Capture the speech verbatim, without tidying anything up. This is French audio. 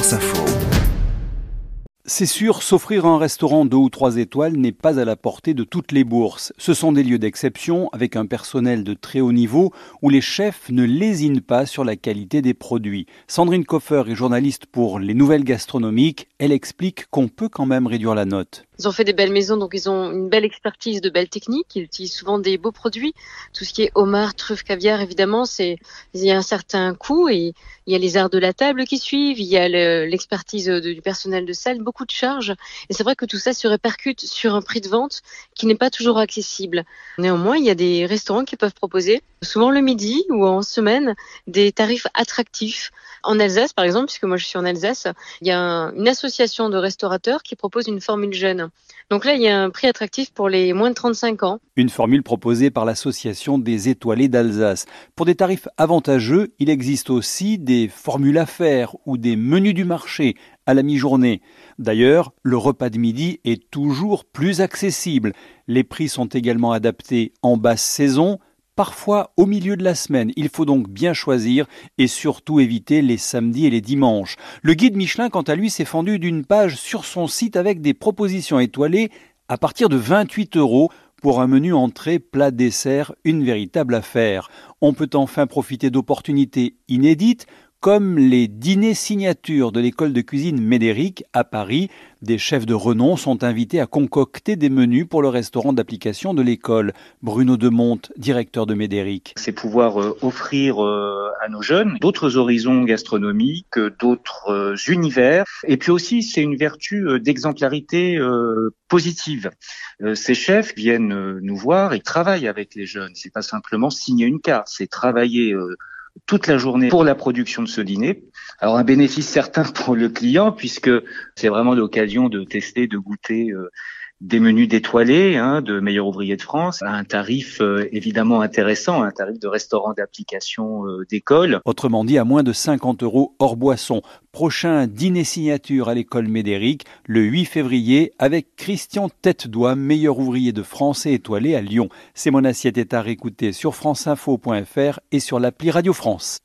France Info. C'est sûr, s'offrir un restaurant deux ou trois étoiles n'est pas à la portée de toutes les bourses. Ce sont des lieux d'exception, avec un personnel de très haut niveau, où les chefs ne lésinent pas sur la qualité des produits. Sandrine Koffer est journaliste pour Les Nouvelles Gastronomiques. Elle explique qu'on peut quand même réduire la note. Ils ont fait des belles maisons, donc ils ont une belle expertise, de belles techniques. Ils utilisent souvent des beaux produits. Tout ce qui est homard, truffe, caviar, évidemment, c'est il y a un certain coût. Et il y a les arts de la table qui suivent. Il y a le, l'expertise du personnel de salle, beaucoup de charges. Et c'est vrai que tout ça se répercute sur un prix de vente qui n'est pas toujours accessible. Néanmoins, il y a des restaurants qui peuvent proposer, souvent le midi ou en semaine, des tarifs attractifs. En Alsace, par exemple, puisque moi je suis en Alsace, il y a un, une association de restaurateurs qui propose une formule jeune. Donc là, il y a un prix attractif pour les moins de trente-cinq ans. Une formule proposée par l'association des étoilés d'Alsace. Pour des tarifs avantageux, il existe aussi des formules à faire ou des menus du marché à la mi-journée. D'ailleurs, le repas de midi est toujours plus accessible. Les prix sont également adaptés en basse saison, parfois au milieu de la semaine. Il faut donc bien choisir et surtout éviter les samedis et les dimanches. Le guide Michelin, quant à lui, s'est fendu d'une page sur son site avec des propositions étoilées à partir de vingt-huit euros pour un menu entrée, plat, dessert, une véritable affaire. On peut enfin profiter d'opportunités inédites, comme les dîners signatures de l'école de cuisine Médéric à Paris. Des chefs de renom sont invités à concocter des menus pour le restaurant d'application de l'école. Bruno Demonte, directeur de Médéric. C'est pouvoir euh, offrir euh, à nos jeunes d'autres horizons gastronomiques, d'autres euh, univers. Et puis aussi, c'est une vertu euh, d'exemplarité euh, positive. Euh, ces chefs viennent euh, nous voir et travaillent avec les jeunes. C'est pas simplement signer une carte, c'est travailler euh, toute la journée pour la production de ce dîner. Alors un bénéfice certain pour le client, puisque c'est vraiment l'occasion de tester, de goûter euh, des menus d'étoilés, hein, de meilleurs ouvriers de France, à un tarif euh, évidemment intéressant, un tarif de restaurant d'application euh, d'école. Autrement dit, à moins de cinquante euros hors boisson. Prochain dîner signature à l'école Médéric, le huit février, avec Christian Tête-Doigt, meilleur ouvrier de France et étoilé à Lyon. C'est mon assiette est à réécouter sur franceinfo point fr et sur l'appli Radio France.